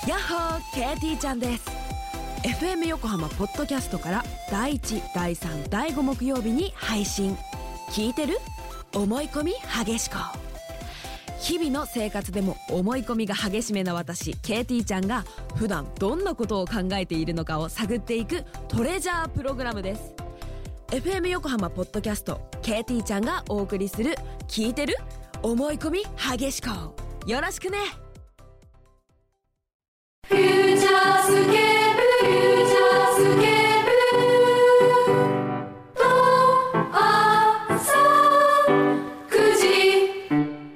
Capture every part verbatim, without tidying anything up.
やっほー、ケーティーちゃんです。 エフエム 横浜ポッドキャストからだいいち、だいさん、だいご木曜日に配信。聞いてる？思い込み激しこ。日々の生活でも思い込みが激しめな私 ケーティー ちゃんが普段どんなことを考えているのかを探っていくトレジャープログラムです。 エフエム 横浜ポッドキャスト ケーティー ちゃんがお送りする聞いてる？思い込み激しこ。よろしくね。 フューチャースケープ、フューチャースケープと朝くじ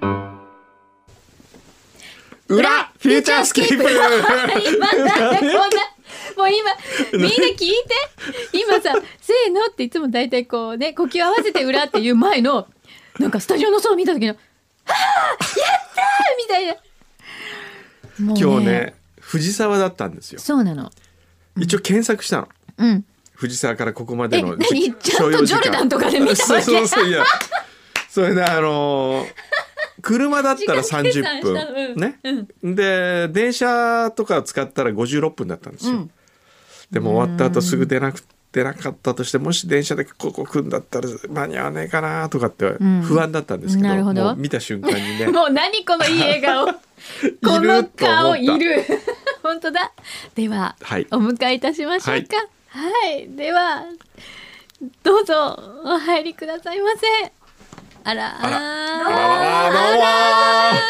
裏フューチャースケープ今だこんなもう今みんな聞いて、今させーのっていつもだいたいこうね呼吸合わせて裏っていう前のなんかスタジオの空見た時のはあやったーみたいな。もうね、 今日ね藤沢だったんですよ。 そうなの。 一応検索したの、 うん、 藤沢からここまでのえ何ちゃんとジョルダンとかで見たわけ？ そうそうそう、いやそれであのー、車だったらさんじゅっぷん、 うんね、 うん、 で電車とか使ったらごじゅうろっぷんだったんですよ、うん、でも終わった後すぐ出なく出なかったとして、もし電車でここ来んだったら間に合わねえかなとかって不安だったんですけど、 うん、なるほど。 もう見た瞬間にねもう何このいい笑顔この顔いる本当だ。では、はい、お迎えいたしましょうか。はい、はい、ではどうぞお入りくださいませ。あらあらあらあらあら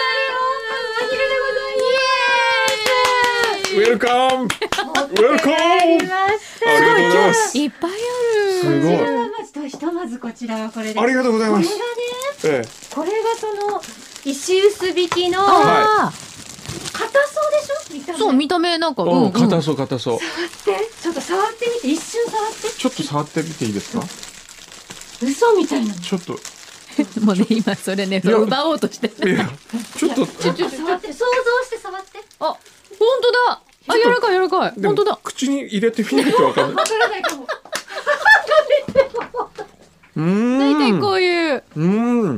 ウェルカムウェルカム。ありがとうございます。 いっぱいある。 すごい。 まずひとまずこちらはこれで。 ありがとうございます。 これがね、 ええ、 これがその石臼引きのあ、 硬そうでしょ？見た目。 そう見た目なんか、 うん、硬そう硬そう。 触ってちょっと触ってみて、一瞬触って。 ちょっと触ってみていいですか？ 嘘みたいなの。 ちょっと。 もうね今それね奪おうとしてる。 いやちょっとちょっと触って想像して触って。 あ本当だ。あ柔らかい柔らかい。本当だ。 口に入れてみないとわかんない。 わからないかも。 うーん。 大体こういう。 うん。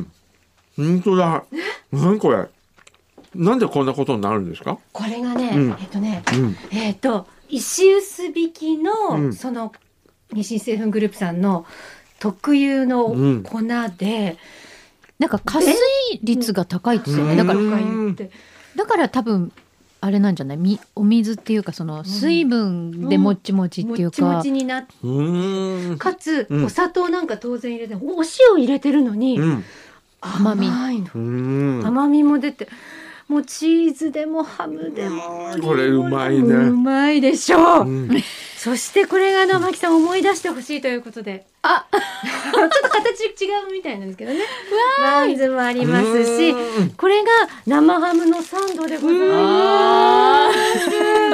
本当だ。何これ。なんでこんなことになるんですか？ これがね、 うん、 えっとね、うん、えっと石臼引きの、うん、その日清製粉グループさんの特有の粉で、 うん、なんか加水率が高いですよね。だからだから多分あれなんじゃない？みお水っていうかその水分でもちもちっていうか、 うんうん、もちもちになって、かつ、うん、お砂糖なんか当然入れて、お塩入れてるのに、うん、甘み甘いの、甘みも出て、もうチーズでもハムでもこれうまいね。 うまいでしょう、うん、そしてこれがの牧さん思い出してほしいということで、あちょっと形違うみたいなんですけどね、バンズもありますし、これが生ハムのサンドでございます。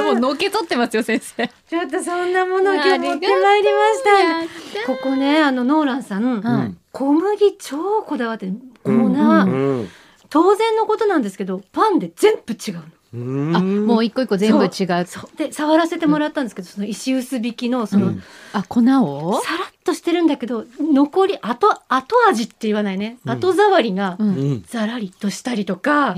もうのけ取ってますよ先生。 ちょっとそんなものを今日持ってまいりました。ここね、あのノーランさん、うん、小麦超こだわってる粉、うんうんうん、当然のことなんですけどパンで全部違うの。 あもう一個一個全部違う。 そうそうで触らせてもらったんですけど、うん、その石臼引きのその、うん、 あ粉をさらっとしてるんだけど残り後後味って言わないね、うん、後触りがザラリとしたりとか、うん、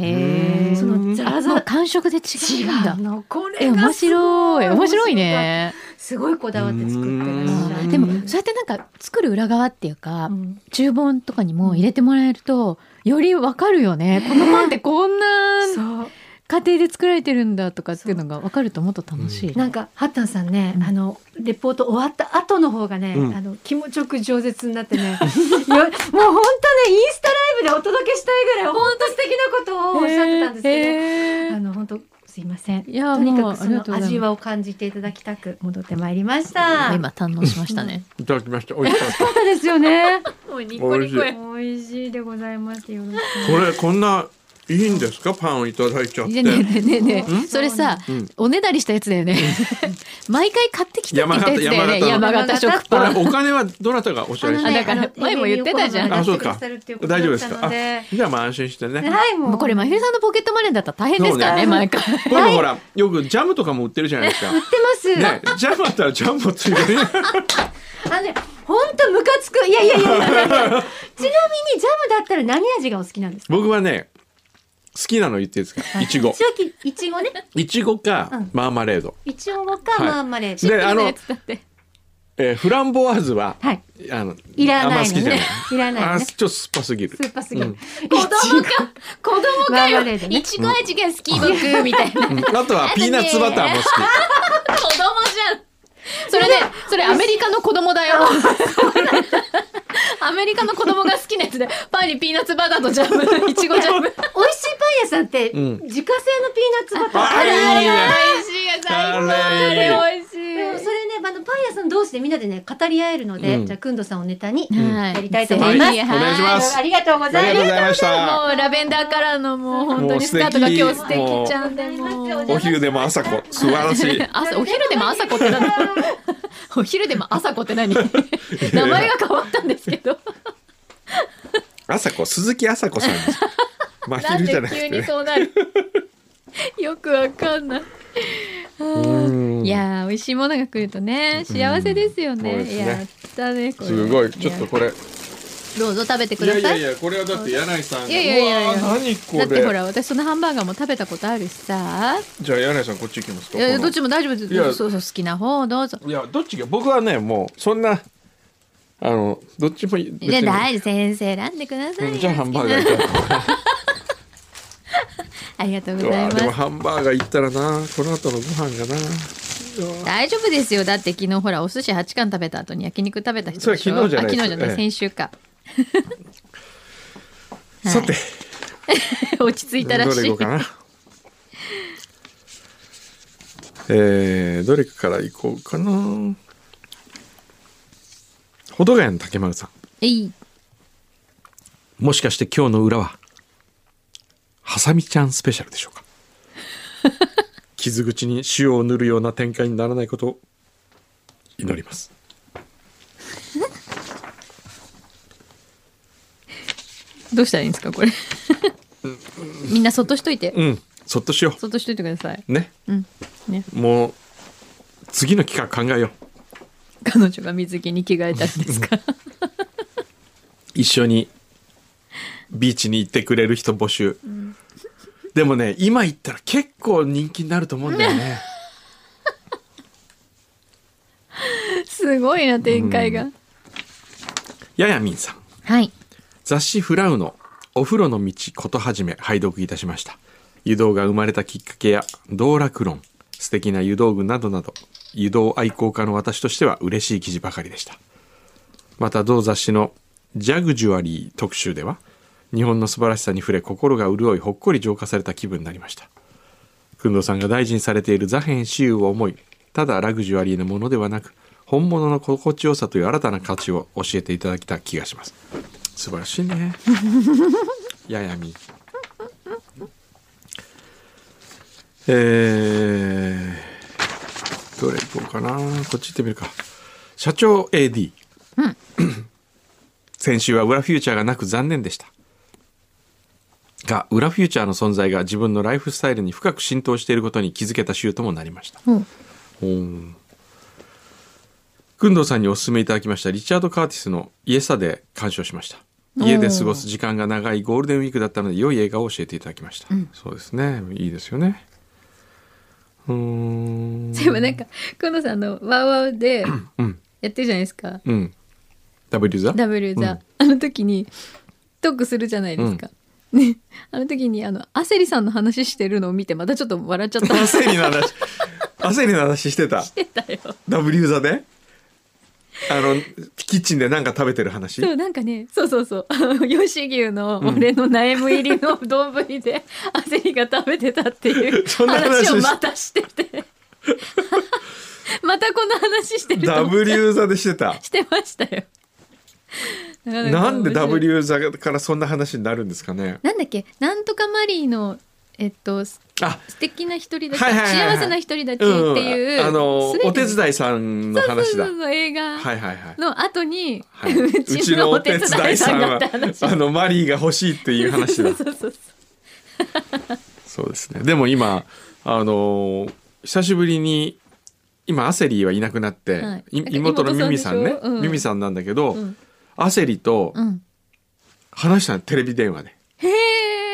そのザラザラ感触で違うんだ。 違うのこれが面白い面白いね。 すごいこだわって作ってらっしゃる。 でもそうやってなんか作る裏側っていうか、うん、厨房とかにも入れてもらえるとよりわかるよね。このパンってこんなそう家庭で作られてるんだとかっていうのが分かるともっと楽しい、うん、 なんかハッタンさんね、うん、あのレポート終わった後の方がね、うん、あの気持ちよく饒舌になってねよもう本当ねインスタライブでお届けしたいぐらい本当素敵なことをおっしゃってたんですけど、あの本当すいません。いやとにかくその味わを感じていただきたく戻ってまいりました。 今堪能しましたね。 いただきました。美味しかった。 そうですよね。 もうニコニコ美味しいでございますよ。 これこんないいんですか？パンをいただいちゃって。 ねえねえねえねえ、それさ、うん、おねだりしたやつだよね。毎回買ってきてって言ったやつだよね。山形食パン。 これお金はどなたがお支払いしたの？ だから前も言ってたじゃん。 あ、そうか。大丈夫ですか？あ、じゃあまあ安心してね。 はい、 もうこれまひるさんのポケットマネーだったら大変ですからね、毎回。 これもほらよくジャムとかも売ってるじゃないですか。 売ってます。 ね、ジャムあったらジャムもついてる。 あのね、本当ムカつく。いやいやいや。ちなみにジャムだったら何味がお好きなんですか？ 僕はね。 きなの言っていいですか。いちご。 いちごね。 いちごか、 うんマーマレード。 いちごかマーマレード。 で、あのやつだってえーフランボワーズは、 はい。 あのいらないのねあんま好きじゃない。 いらないのねあーちょっと酸っぱすぎる。 酸っぱすぎる。 うん子供か子供マかよーマレードねいちご味が好き僕みたいなうんあとはピーナッツバターも好き。 子供じゃんそれでそれアメリカの子供だよアメリカの子供が好きなやつでパンにピーナッツバターとジャムいちごジャム美味しいパン屋さんって、 うん自家製のピーナッツバターああるいいね美味しいや最高あれあれ美味しでもいそれね、あのパン屋さん同士でみんなでね語り合えるので、 うんじゃあくんどさんをネタにはいやりたいと思います。 はいお願いしますありがとうございます。 ありがとうございました。 もうラベンダーカラーのもう本当にスカートが今日素敵ちゃんでもうお昼でも朝子素晴らしい。 朝お昼でも朝子って何お昼でも朝子って何名前が変わったんですけど朝子鈴木朝子さんです。真なん昼じゃで急になくてね。 そうなるよくわかんないあーいやー美味しいものが来るとね幸せですよね、 うんそうですねやったねこれすごいちょっとこれ。 どうぞ食べてくいださいやいやいやこれはだって柳井さんが。 いやいやいやいやうわー何これ。 だってほら私そのハンバーガーも食べたことあるしさじゃあ柳井さんこっち行きますか。 いやいやこのどっちも大丈夫ですいやそうそう好きな方どうぞいやどっちが僕はねもうそんなあのどっちも別にいや大丈夫先生選んでくださいようんじゃあハンバーガー行こありがとうう。 ございますうわでもハンバーガー行ったらなこの後のご飯がな。 大丈夫ですよだって昨日ほらお寿司はち貫食べた後に焼肉食べた人でしょそれは昨日じゃないですあ昨日じゃない、 ええ先週かさて落ち着いたらどしいれ行こうかな。えー、どれから行こうかな。保土ヶ谷の竹丸さん。 えいもしかして今日の裏はハサミちゃんスペシャルでしょうか。傷口に塩を塗るような展開にならないことを祈ります。 どうしたらいいんですかこれみんなそっとしといてうんそっとしよそっとしといてくださいうね。 うんねもう次の企画考えよう。 彼女が水着に着替えたんですか一緒にビーチに行ってくれる人募集、うん、でもね今行ったら結構人気になると思うんだよねすごいな展開が、 うん、ややみんさんはい雑誌フラウのお風呂の道ことはじめ拝読いたしました。湯道が生まれたきっかけや道楽論素敵な湯道具などなど湯道愛好家の私としては嬉しい記事ばかりでした。また同雑誌のジャグジュアリー特集では日本の素晴らしさに触れ心が潤いほっこり浄化された気分になりました。工藤さんが大事にされている座辺私有を思いただラグジュアリーなものではなく本物の心地よさという新たな価値を教えていただけた気がします。素晴らしいねややみえー、どれいこうかな。こっち行ってみるか。社長 エーディー、うん、先週は裏フューチャーがなく残念でしたが裏フューチャーの存在が自分のライフスタイルに深く浸透していることに気づけた週ともなりました。うん、工藤さんにお勧めいただきましたリチャード・カーティスのイエサで鑑賞しました。家で過ごす時間が長いゴールデンウィークだったので良い映画を教えていただきました、うん、そうですねいいですよね。うーんそういえばなんか工藤さんのワウワウでやってるじゃないですか、 うん、W 座 W 座、うん、あの時にトークするじゃないですか、うん、ね、あの時にあのアセリさんの話してるのを見てまたちょっと笑っちゃったアセリの話アセリの話してたしてたよ W 座であのキッチンで何か食べてる話。 そうなんかねそうそうそう吉牛の俺の悩む入りの丼でアセリが食べてたっていう話をまたしててまたこの話してると思った。 W 座でしてたしてましたよ。 なんで W 座からそんな話になるんですかね。 なんだっけなんとかマリーのえっとあ素敵な独り立ち、 はいはいはいはい、 幸せな独り立ちっていう、 うん、あのお手伝いさんの話だ。 そうそうそう映画はいはいはいの後に、 はい、うちのお手伝いさんはあのマリーが欲しいっていう話だ。 そうそうそうそうですね。でも今あの久しぶりに今アセリーはいなくなって、はい、妹のミミさんね、うん、ミミさんなんだけど、うん、アセリと話したのテレビ電話で。 へー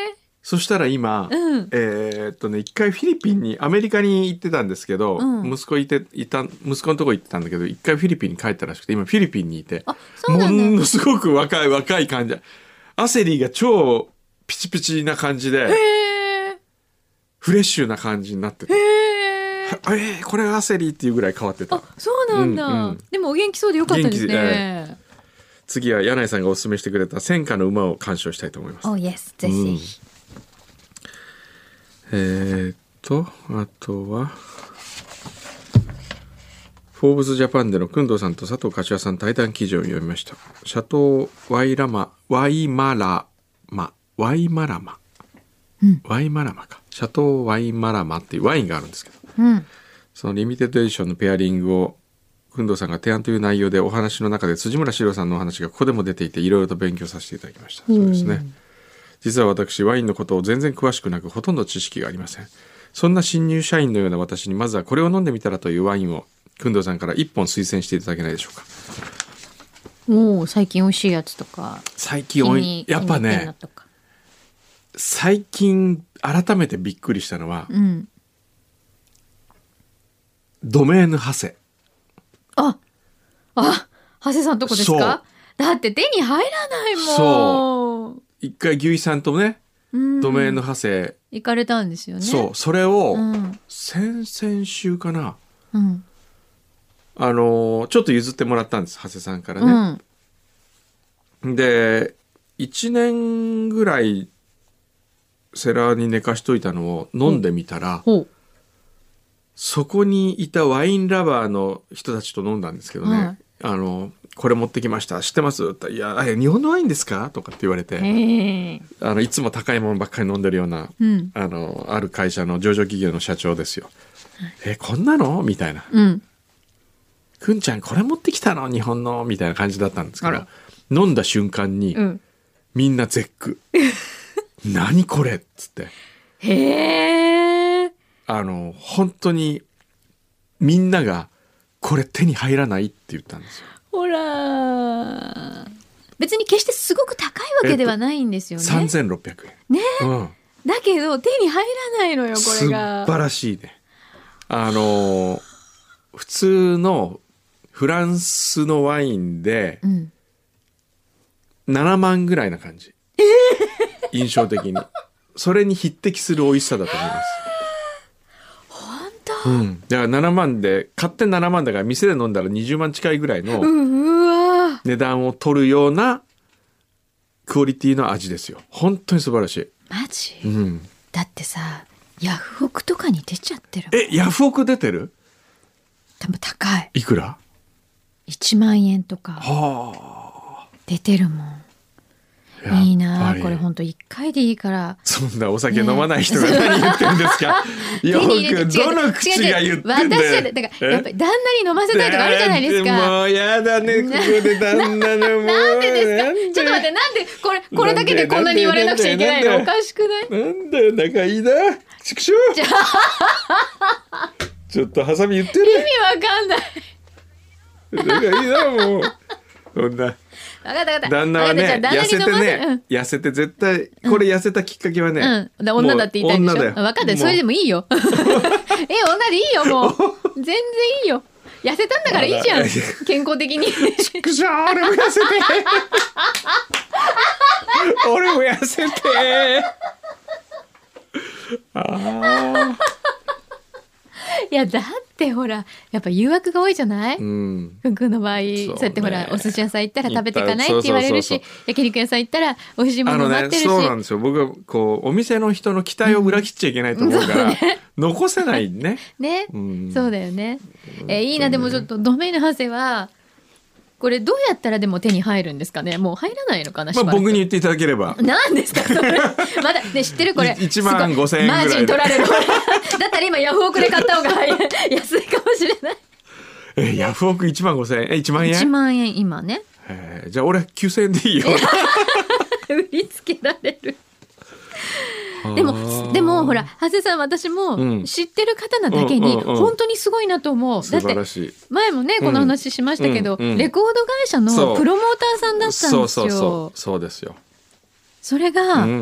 そしたら今、 うんえーっとね一回フィリピンにアメリカに行ってたんですけど、 うん息子いていた息子のとこ行ってたんだけど一回フィリピンに帰ったらしくて今フィリピンにいてあそうなんだものすごく若い若い感じアセリーが超ピチピチな感じでへフレッシュな感じになっててえへえー、これがアセリーっていうぐらい変わってたあそうなんだ、 うんうんでもお元気そうでよかったです元気でね次は柳井さんがお勧めしてくれた戦火の馬を鑑賞したいと思います。 おイエスぜひぜひ、 えー、っとあとはフォーブスジャパンでの工藤さんと佐藤柏さん対談記事を読みました。シャトーワイラマワイマラマワイマラマ、 うん、 ワイマラマかシャトーワイマラマっていうワインがあるんですけど、 うんそのリミテッドエディションのペアリングを工藤さんが提案という内容でお話の中で辻村史郎さんのお話がここでも出ていていろいろと勉強させていただきました。そうですね。実は私ワインのことを全然詳しくなくほとんど知識がありません。そんな新入社員のような私にまずはこれを飲んでみたらというワインを工藤さんから一本推薦していただけないでしょうか。 おお最近美味しいやつとか最近おいやっぱね最近改めてびっくりしたのは、 うん、 ドメーヌ・ハセ。 ああ長谷さんとこですか。だって手に入らないもん。 そう一回牛井さんとねドメーヌ・ハセ行かれたんですよね。 そうそれを、 うん、 先々週かな、 うん、 あのちょっと譲ってもらったんです長谷さんからね、うん、でいちねんぐらいセラーに寝かしといたのを飲んでみたら、うん、そこにいたワインラバーの人たちと飲んだんですけどね、うん、あのこれ持ってきました知ってますって言ったらいや日本のワインですかとかって言われて、あのいつも高いものばっかり飲んでるような、うん、あのある会社の上場企業の社長ですよ、うん、えこんなのみたいな、うん、くんちゃんこれ持ってきたの日本のみたいな感じだったんですけど飲んだ瞬間に、うん、みんな絶句何これっつってへーあの本当にみんながこれ手に入らないって言ったんですよ。 ほら別に決してすごく高いわけではないんですよね、えっと、 さんぜんろっぴゃくえんね、うん、だけど手に入らないのよこれが。 素晴らしいね。あの普通のフランスのワインでななまんぐらいな感じ、えー、印象的にそれに匹敵する美味しさだと思います。うん、だからななまんで買ってななまんだから店で飲んだらにじゅうまん近いぐらいの値段を取るようなクオリティの味ですよ。本当に素晴らしい。 マジ、 うん、 だってさヤフオクとかに出ちゃってる。 えヤフオク出てる？ 多分高い。 いくら？ いちまんえんとかは出てるもん。いいなこれ本当一回でいいから。 そんなお酒飲まない人が何言ってるんですか、ね、よくどの口が言ってんだよ。 私だだからやっぱり旦那に飲ませたいとかあるじゃないですか。 もうやだねここで旦那のもうなんでですか。ちょっと待ってなんでこれこれだけでこんなに言われなくちゃいけないのおかしくない？ なんだよ仲いいな畜生ちょっとハサミ言ってる。 意味わかんない仲いいなもうそんな分かった分かった。 旦那はね痩せてね、うん、痩せて絶対これ痩せたきっかけはね、 うんうん、女だって言いたいんでしょ。分かったそれでもいいよえ女でいいよもう全然いいよ痩せたんだからいいじゃん健康的にちくしょう俺も痩せて俺も痩せてあいやだってほらやっぱ誘惑が多いじゃない、うん、ふんくんの場合 そう,、ね、そうやってほらお寿司屋さん行ったら食べていかないって言われるし焼肉屋さん行ったら美味しいもの待ってるし、 あのね、そうなんですよ。僕はこうお店の人の期待を裏切っちゃいけないと思うから、うんね、残せないねね、うん、そうだよね、えー、いいな。でもちょっとドメインハセはこれどうやったらでも手に入るんですかね。もう入らないのかな。 まあ、僕に言っていただければ。 何ですかそれまだね知ってるこれいちまんごせんえんぐらいマージン取られるだったら今ヤフオクで買った方が安いかもしれないえヤフオクいちまんごせんえんえいちまんえんいちまんえん今ね。 えー、じゃあ俺きゅうせんえんでいいよ売りつけられるでもでもほら長谷さん私も知ってる方なだけに本当にすごいなと思う、うんうんうん、だって前もねこの話しましたけど、うんうんうん、レコード会社のプロモーターさんだったんですよ。 そうそうそうそうですよ。 それが、うん、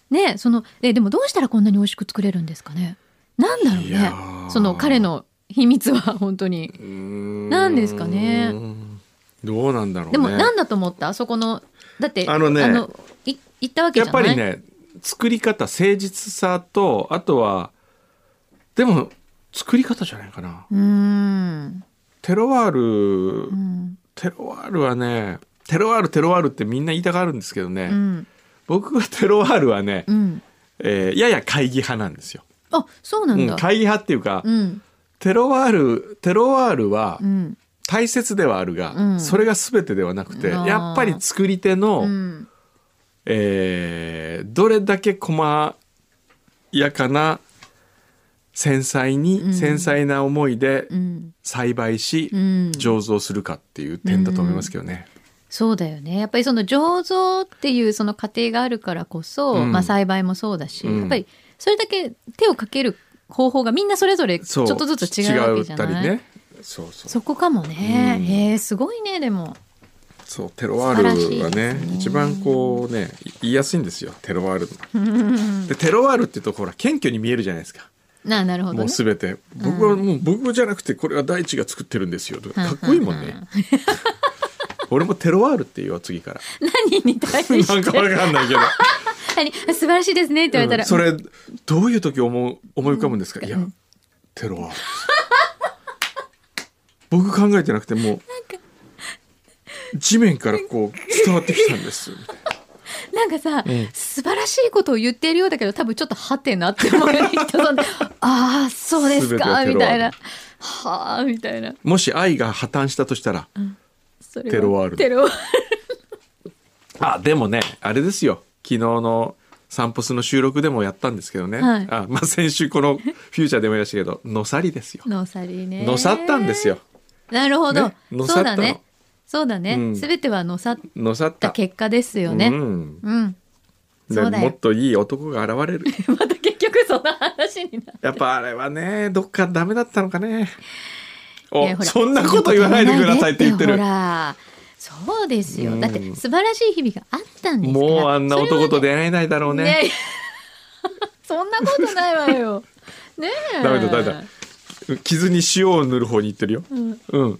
ね、そのえでもどうしたらこんなに美味しく作れるんですかね。なんだろういやね。 ーその彼の秘密は本当に。なんですかね。 どうなんだろうね。 でもなんだと思った？そこのだってあのねい行ったわけじゃない。 やっぱりね作り方誠実さとあとはでも作り方じゃないかな。 うーん。 テロワール、 うん、 テロワールはねテロワールテロワールってみんな言いたがるんですけどね、 うん、 僕はテロワールはね、 うんえーやや会議派なんですよ。 あ、そうなんだ。 うん、会議派っていうか、 うん、 テロワールテロワールはうん大切ではあるが、 うん、 それが全てではなくて、 うん、 やっぱり作り手の、 うんえーどれだけ細やかな繊細に、 うん、 繊細な思いで栽培し、 うん、 醸造するかっていう点だと思いますけどね。 うん、そうだよね。やっぱりその醸造っていうその過程があるからこそ、うん、まあ栽培もそうだし、うん、やっぱりそれだけ手をかける方法がみんなそれぞれちょっとずつ違うわけじゃない。違うね。そうそう。そこかもね。うん、へえ、すごいね。でもそうテロワールは ね, ね一番こうね言いやすいんですよ。テロワールでテロワールっていうとほら謙虚に見えるじゃないですか。 な, なるほど、ね、 もう全て僕はもう、うん、僕じゃなくてこれは大地が作ってるんですよ。かっこいいもんね。俺もテロワールって言うよ次から。 何に対してなんかわかんないけど素晴らしいですねって言われたら、うん、 それどういう時思う思い浮かぶんですか。うん、いやテロワール僕考えてなくてもう地面からこう伝わってきたんですみたいな。 なんかさ、うん、素晴らしいことを言ってるようだけど多分ちょっとはてなって思う人ああそうですかみたいなはあみたいな。もし愛が破綻したとしたら、うん、それはテロワールテロワールあでもねあれですよ昨日の散歩スの収録でもやったんですけどね、はい、あまあ、先週このフューチャーでも言いましたけどのさりですよ。のさりねのさったんですよ。なるほど、ね、のさったのそうだねそうだね、すべ、うん、てはのさった結果ですよね。うん、うん、そうだよ。もっといい男が現れるまた結局その話になって。やっぱあれはねどっかダメだったのかね。おそんなこと言わないでくださいって言ってる。ほらそうですよ、うん、だって素晴らしい日々があったんですから。もうあんな男と出会えないだろうね。ねそんなことないわよねえダメだダメだ傷に塩を塗る方に行ってるよ。うん、うん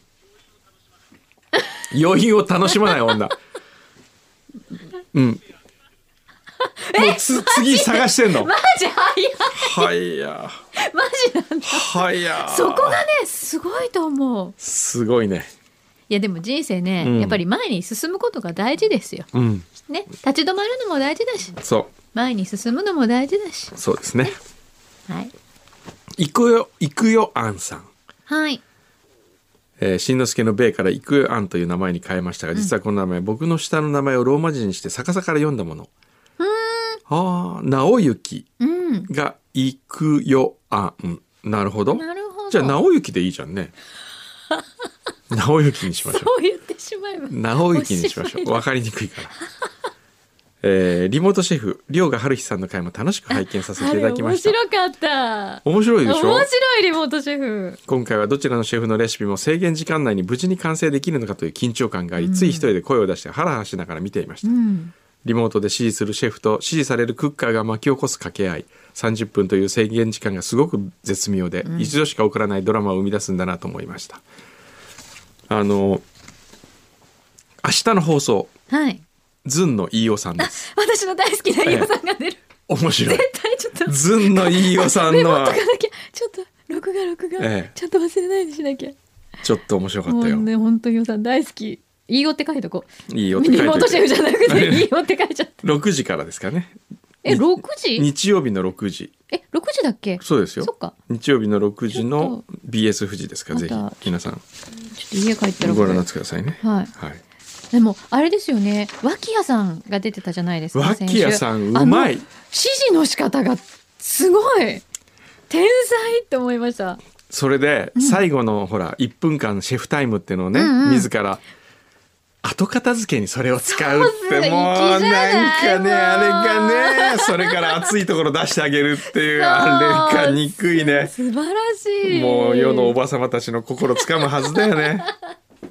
余韻を楽しまない女うんもうつ次探してんのマジ早いはいやマジなんだはいやそこがねすごいと思う。すごいね。いやでも人生ね、うん、やっぱり前に進むことが大事ですよ、うんね、立ち止まるのも大事だしそう前に進むのも大事だしそうですね、ねはい、行くよ行くよあんさんはいえー、しんのすけのベイからイクアンという名前に変えましたが実はこの名前、うん、僕の下の名前をローマ字にして逆さから読んだもの。ああ直行がイクヨアン、うん、なるほど。なるほどじゃあ直行でいいじゃんね直行にしましょう。そう言ってしまえば直行にしましょう。分かりにくいからえー、リモートシェフ遼河春日さんの回も楽しく拝見させていただきました。面白かった面白いでしょ。面白いリモートシェフ。今回はどちらのシェフのレシピも制限時間内に無事に完成できるのかという緊張感があり、うん、つい一人で声を出してハラハラしながら見ていました、うん、リモートで指示するシェフと指示されるクッカーが巻き起こす掛け合いさんじゅっぷんという制限時間がすごく絶妙で、うん、一度しか起こらないドラマを生み出すんだなと思いました。あの明日の放送はいズンの飯尾さんです。私の大好きな飯尾さんが出る、ええ、面白い。絶対ちょっとズンの飯尾さんのメモっとかなきゃちょっと録画録画、ええ、ちょっと忘れないでしなきゃ。ちょっと面白かったよ。もうね本当に飯尾さん大好き。飯尾って書いとこう。飯尾って書いとこう。リモートシェフじゃなくて飯尾って書いちゃった。ろくじからですかね。えろくじ？日曜日のろくじ。えろくじだっけ？そうですよ。そっか。日曜日のろくじの ビーエス 富士ですからぜひ皆さんちょっと家帰ったらご覧になってくださいね。はい。はい。でもあれですよね脇屋さんが出てたじゃないですか。脇屋さんうまい。指示の仕方がすごい天才って思いました。それで最後の、うん、ほらいっぷんかんシェフタイムっていうのをね、うんうん、自ら後片付けにそれを使うってもうなんかねあれがねそれから熱いところ出してあげるっていうあれが憎いね。素晴らしい。もう世のおばさまたちの心つかむはずだよね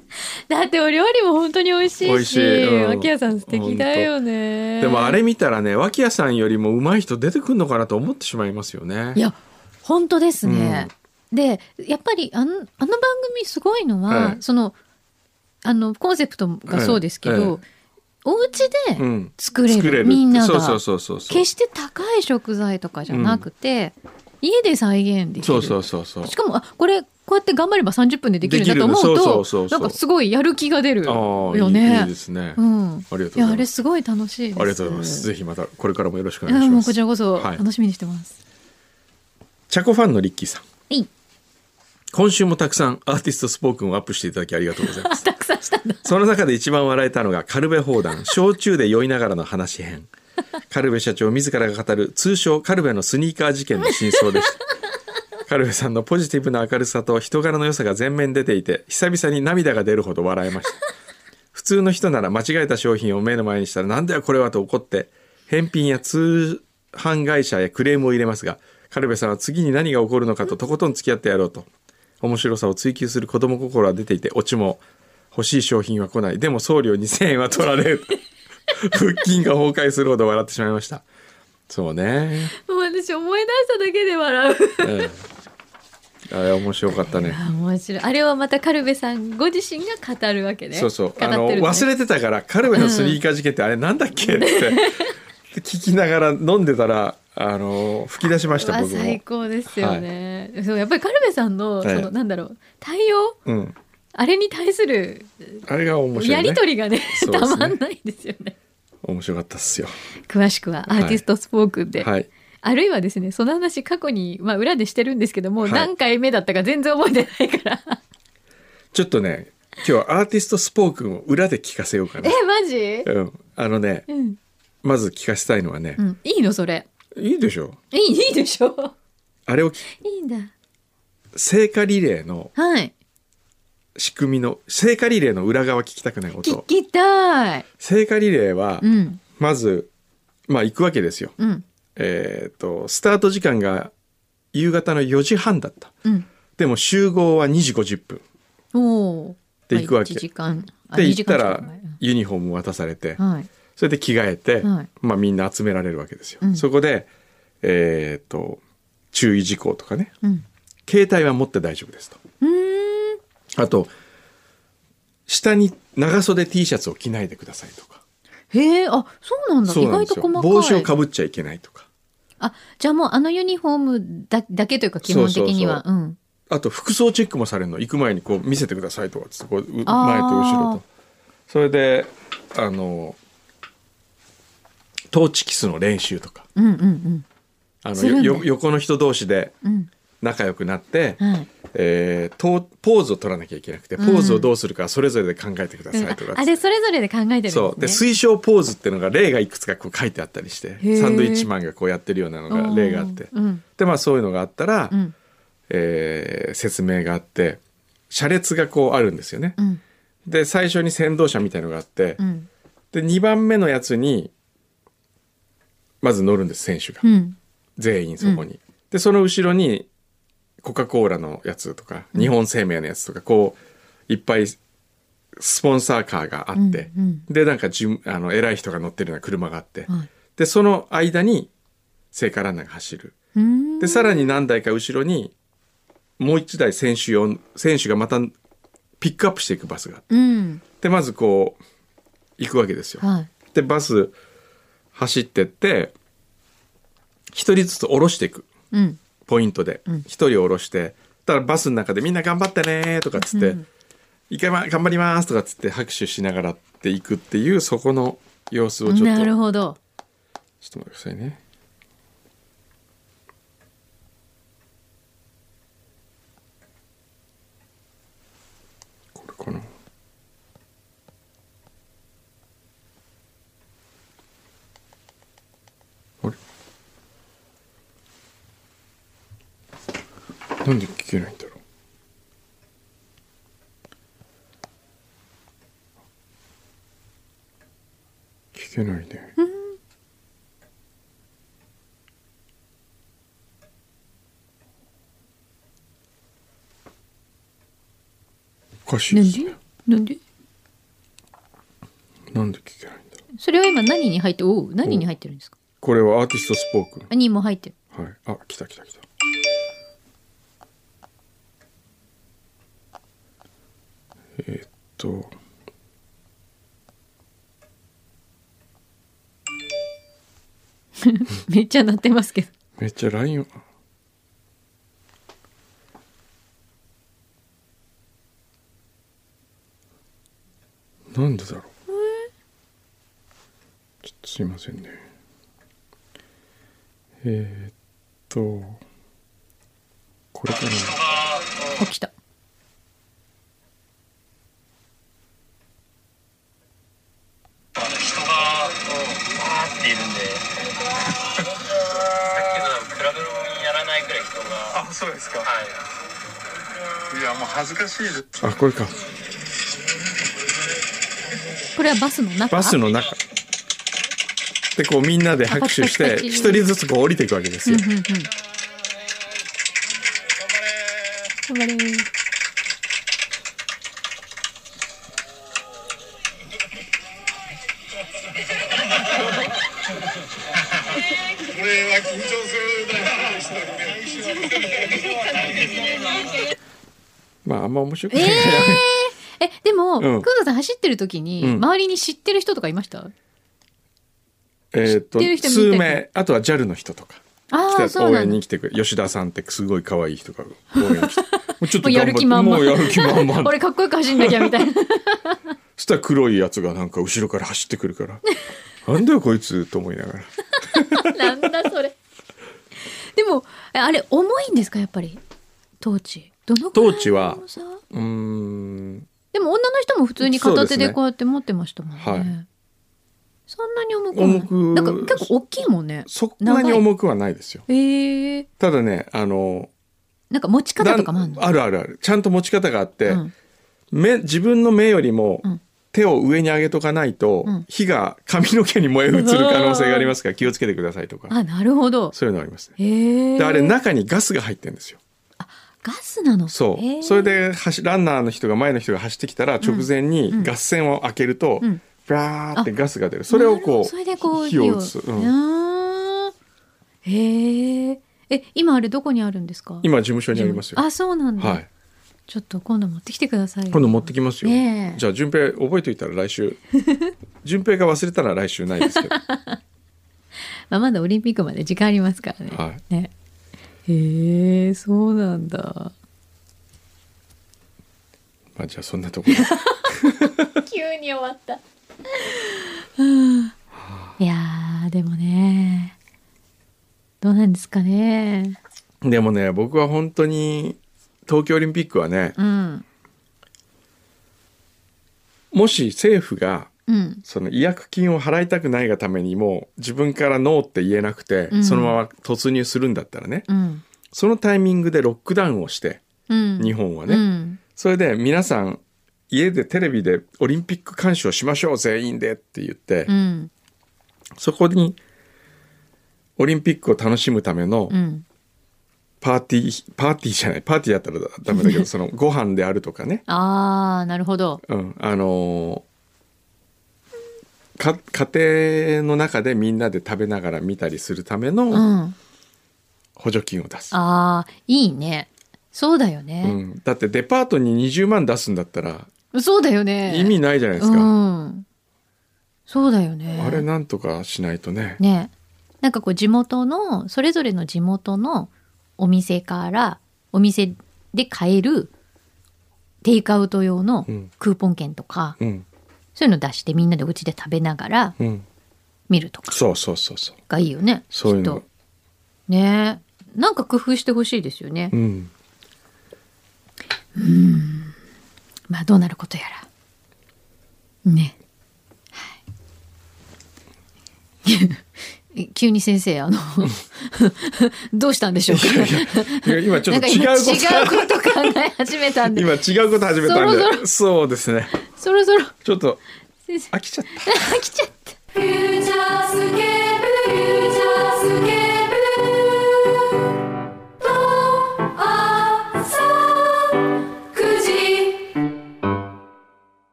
だってお料理も本当に美味しいし、 美味しい、うん、 脇屋さん素敵だよね。 でもあれ見たらね、脇屋さんよりも上手い人出てくるのかなと思ってしまいますよね。 いや本当ですね、うん、でやっぱりあの、あの番組すごいのは、はい、そのあのコンセプトがそうですけど、はいはい、お家で作れる、うん、作れるみんながそうそうそうそう決して高い食材とかじゃなくて、うん、家で再現できる。そうそうそうそう。しかもあこれこうやって頑張ればさんじゅっぷんでできるんだと思うと、そうそうそうそう、なんかすごいやる気が出るよね。 いいですね、 うん、 ありがとうございます。 いやあれすごい楽しいです。 ありがとうございます。ぜひまたこれからもよろしくお願いします。もうこちらこそ楽しみにしてます、はい、 チャコファンのリッキーさん、 いい今週もたくさんアーティストスポークンをアップしていただきありがとうございますたくさんしたんだ。 その中で一番笑えたのがカルベ砲弾焼酎で酔いながらの話編カルベ社長自らが語る通称カルベのスニーカー事件の真相でしたカルベさんのポジティブな明るさと人柄の良さが全面出ていて、久々に涙が出るほど笑えました普通の人なら間違えた商品を目の前にしたらなんだよこれはと怒って返品や通販会社へクレームを入れますが、カルベさんは次に何が起こるのかととことん付き合ってやろうと面白さを追求する子供心は出ていて、オチも欲しい商品は来ない、でも送料にせんえんは取られる腹筋が崩壊するほど笑ってしまいました。そうね、 もう私思い出しただけで笑う、 ええ、あれ面白かったね。 あ面白い。あれはまたカルベさんご自身が語るわけね。 そうそう、あの忘れてたからカルベのスニーカー事件ってあれなんだっけ、うん、って聞きながら飲んでたらあの吹き出しました。僕も最高ですよね、はい、そうやっぱりカルベさんのその、はい、なんだろう対応、うん、あれに対するあれが面白い、ね、 やり取りが ね, ねたまんないですよね。 面白かったっすよ。 詳しくはアーティストスポークで、 はい、 あるいはですねその話過去に、まあ、裏でしてるんですけども、はい、何回目だったか全然覚えてないからちょっとね今日はアーティストスポークを裏で聞かせようかな。 えマジ、 うん、あのね、うん、まず聞かせたいのはね、 うん、いいのそれ。 いいでしょ。 いい、いいでしょ。 あれをいいんだ。 聖火リレーの仕組みの、はい、聖火リレーの裏側聞きたくないこと。 聞きたい。 聖火リレーは、うん、まずまあ行くわけですよ、うん、えーとスタート時間が夕方のよじはんだった、うん、でも集合はにじごじゅっぷんおで行くわけ、まあ、いちじかんで行ったらユニフォーム渡されて、はい、それで着替えて、はいまあ、みんな集められるわけですよ、うん、そこで、えーと注意事項とかね、うん、携帯は持って大丈夫ですと。うーんあと下に長袖 T シャツを着ないでくださいとか。 へえ、あ、そうなんだ。意外と細かい。 帽子をかぶっちゃいけないとか。 あ、じゃあもうあのユニフォーム だ, だけというか基本的には。そうそうそう、うん、 あと服装チェックもされるの。行く前にこう見せてくださいとかつってこう前と後ろと。それであのトーチキスの練習とか。うんうんうん。あのよ横の人同士で仲良くなって。うんはいえー、とポーズを取らなきゃいけなくてポーズをどうするかそれぞれで考えてくださいとか、 うん、あれそれぞれで考えてるんですね。 そうで推奨ポーズっていうのが例がいくつかこう書いてあったりしてサンドイッチマンがこうやってるようなのが例があって、うん、でまあそういうのがあったら、うんえー、説明があって車列がこうあるんですよね、うん、で最初に先導車みたいのがあって、うん、でにばんめのやつにまず乗るんです選手が、うん、全員そこに、うん、でその後ろにコカ・コーラのやつとか日本生命のやつとかこういっぱいスポンサーカーがあって、うんうん、でなんかじあの偉い人が乗ってるような車があって、はい、でその間に聖火ランナーが走る。でさらに何台か後ろにもう一台選手用選手がまたピックアップしていくバスがあって、うん、でまずこう行くわけですよ、はい、でバス走ってって一人ずつ降ろしていく、うんポイントで一人下ろして、だからバスの中でみんな頑張ってねとかっつって、うん、一回、ま、頑張りますとかっつって拍手しながらっていくっていうそこの様子をちょっとなるほどちょっと待ってくださいね。これかな。なんで聞けないんだろう。聞けないね、うん、おかしいですね。 なんで？なんで？ なんで聞けないんだろう。 それは今何に入っておう何に入ってるんですか？ これはアーティストスポークン。 にも入ってる。 はい。あ、来た来た来た。えー、っとめっちゃ鳴ってますけど。 めっちゃ ライン をなんでだろう。ちょっとすいませんね。えー、っとこれかな。 あ、来た。 人がわーっているんでさっきのクラブにやらないくらい人が。 あ、そうですか。 はい。 いやもう恥ずかしいです。 あ、これか。 これはバスの中。 バスの中でこうみんなで拍手して一人ずつこう降りていくわけですよ。 うんうんうん、頑張れ。 これは緊張する。 まああんま面白くない。 えーえ、でも、 うん、 工藤さん走ってる時に、うん、周りに知ってる人とかいました？ えー、っと数名、あとは ジャル の人とかあ応援に来てくれ。吉田さんってすごい可愛い人が応援に来てもうちょっとやる気満々。 もうやる気満々 俺かっこよく走んなきゃみたいなそしたら黒いやつがなんか後ろから走ってくるからなんだよこいつと思いながらなんだそれ。でもあれ重いんですかやっぱりトーチ。どのくらいの重さ？ トーチはうーんでも女の人も普通に片手でこうやって持ってましたもんね。 はい、 そんなに重くはない。 重くなんか結構大きいもんね。 そんなに重くはないですよ。 えー、 ただねあのなんか持ち方とかもあるの？ あるあるある。ちゃんと持ち方があって、うん、 目自分の目よりも手を上に上げとかないと、うん、火が髪の毛に燃え移る可能性がありますから気をつけてくださいとか。 あ、なるほど。 そういうのありますね。 えー、 であれ中にガスが入ってるんですよ。 ガスなの？ そう、それでランナーの人が前の人が走ってきたら直前にガス栓を開けると、うん、バーってガスが出る。それをこう、 それでこう火を打つ、うん、 へえ。え、今あれどこにあるんですか？ 今事務所にありますよ。 あ、そうなんだ、はい、ちょっと今度持ってきてください。 今度持ってきますよ、 ね、 じゃあ順平覚えておいたら来週順平が忘れたら来週ないですけどまあまだオリンピックまで時間ありますからね、はい、ね。へえ、そうなんだ。 まあじゃあそんなところ急に終わったいやーでもねどうなんですかね。 でもね僕は本当に東京オリンピックはね、うん、もし政府がうん、その違約金を払いたくないがためにも自分からノーって言えなくて、うん、そのまま突入するんだったらね、うん、そのタイミングでロックダウンをして、うん、日本はね、うん、それで皆さん家でテレビでオリンピック鑑賞しましょう全員でって言って、うん、そこにオリンピックを楽しむためのパーティーパーティーじゃないパーティーだったらダメだけどそのご飯であるとかねあーなるほど、 うん、あのーか家庭の中でみんなで食べながら見たりするための補助金を出す、 うん、ああいいね。そうだよね、 うん、だってデパートににじゅうまん出すんだったらそうだよね意味ないじゃないですか、 うん、そうだよね。 あれなんとかしないとね。 ねなんかこう地元のそれぞれの地元のお店からお店で買えるテイクアウト用のクーポン券とか、うんうんそういうの出してみんなでお家で食べながら見るとか、 うん、そうそうそうそうがいいよね。 そういうのねなんか工夫してほしいですよね。うん、うんまあどうなることやらね、はい、急に先生あのどうしたんでしょうか。 いやいや今ちょっと違うこと違うこと考え始めたんで今違うこと始めたんでそろそろそうですねそろそろちょっと飽きちゃった飽きちゃった。 フューチャースケ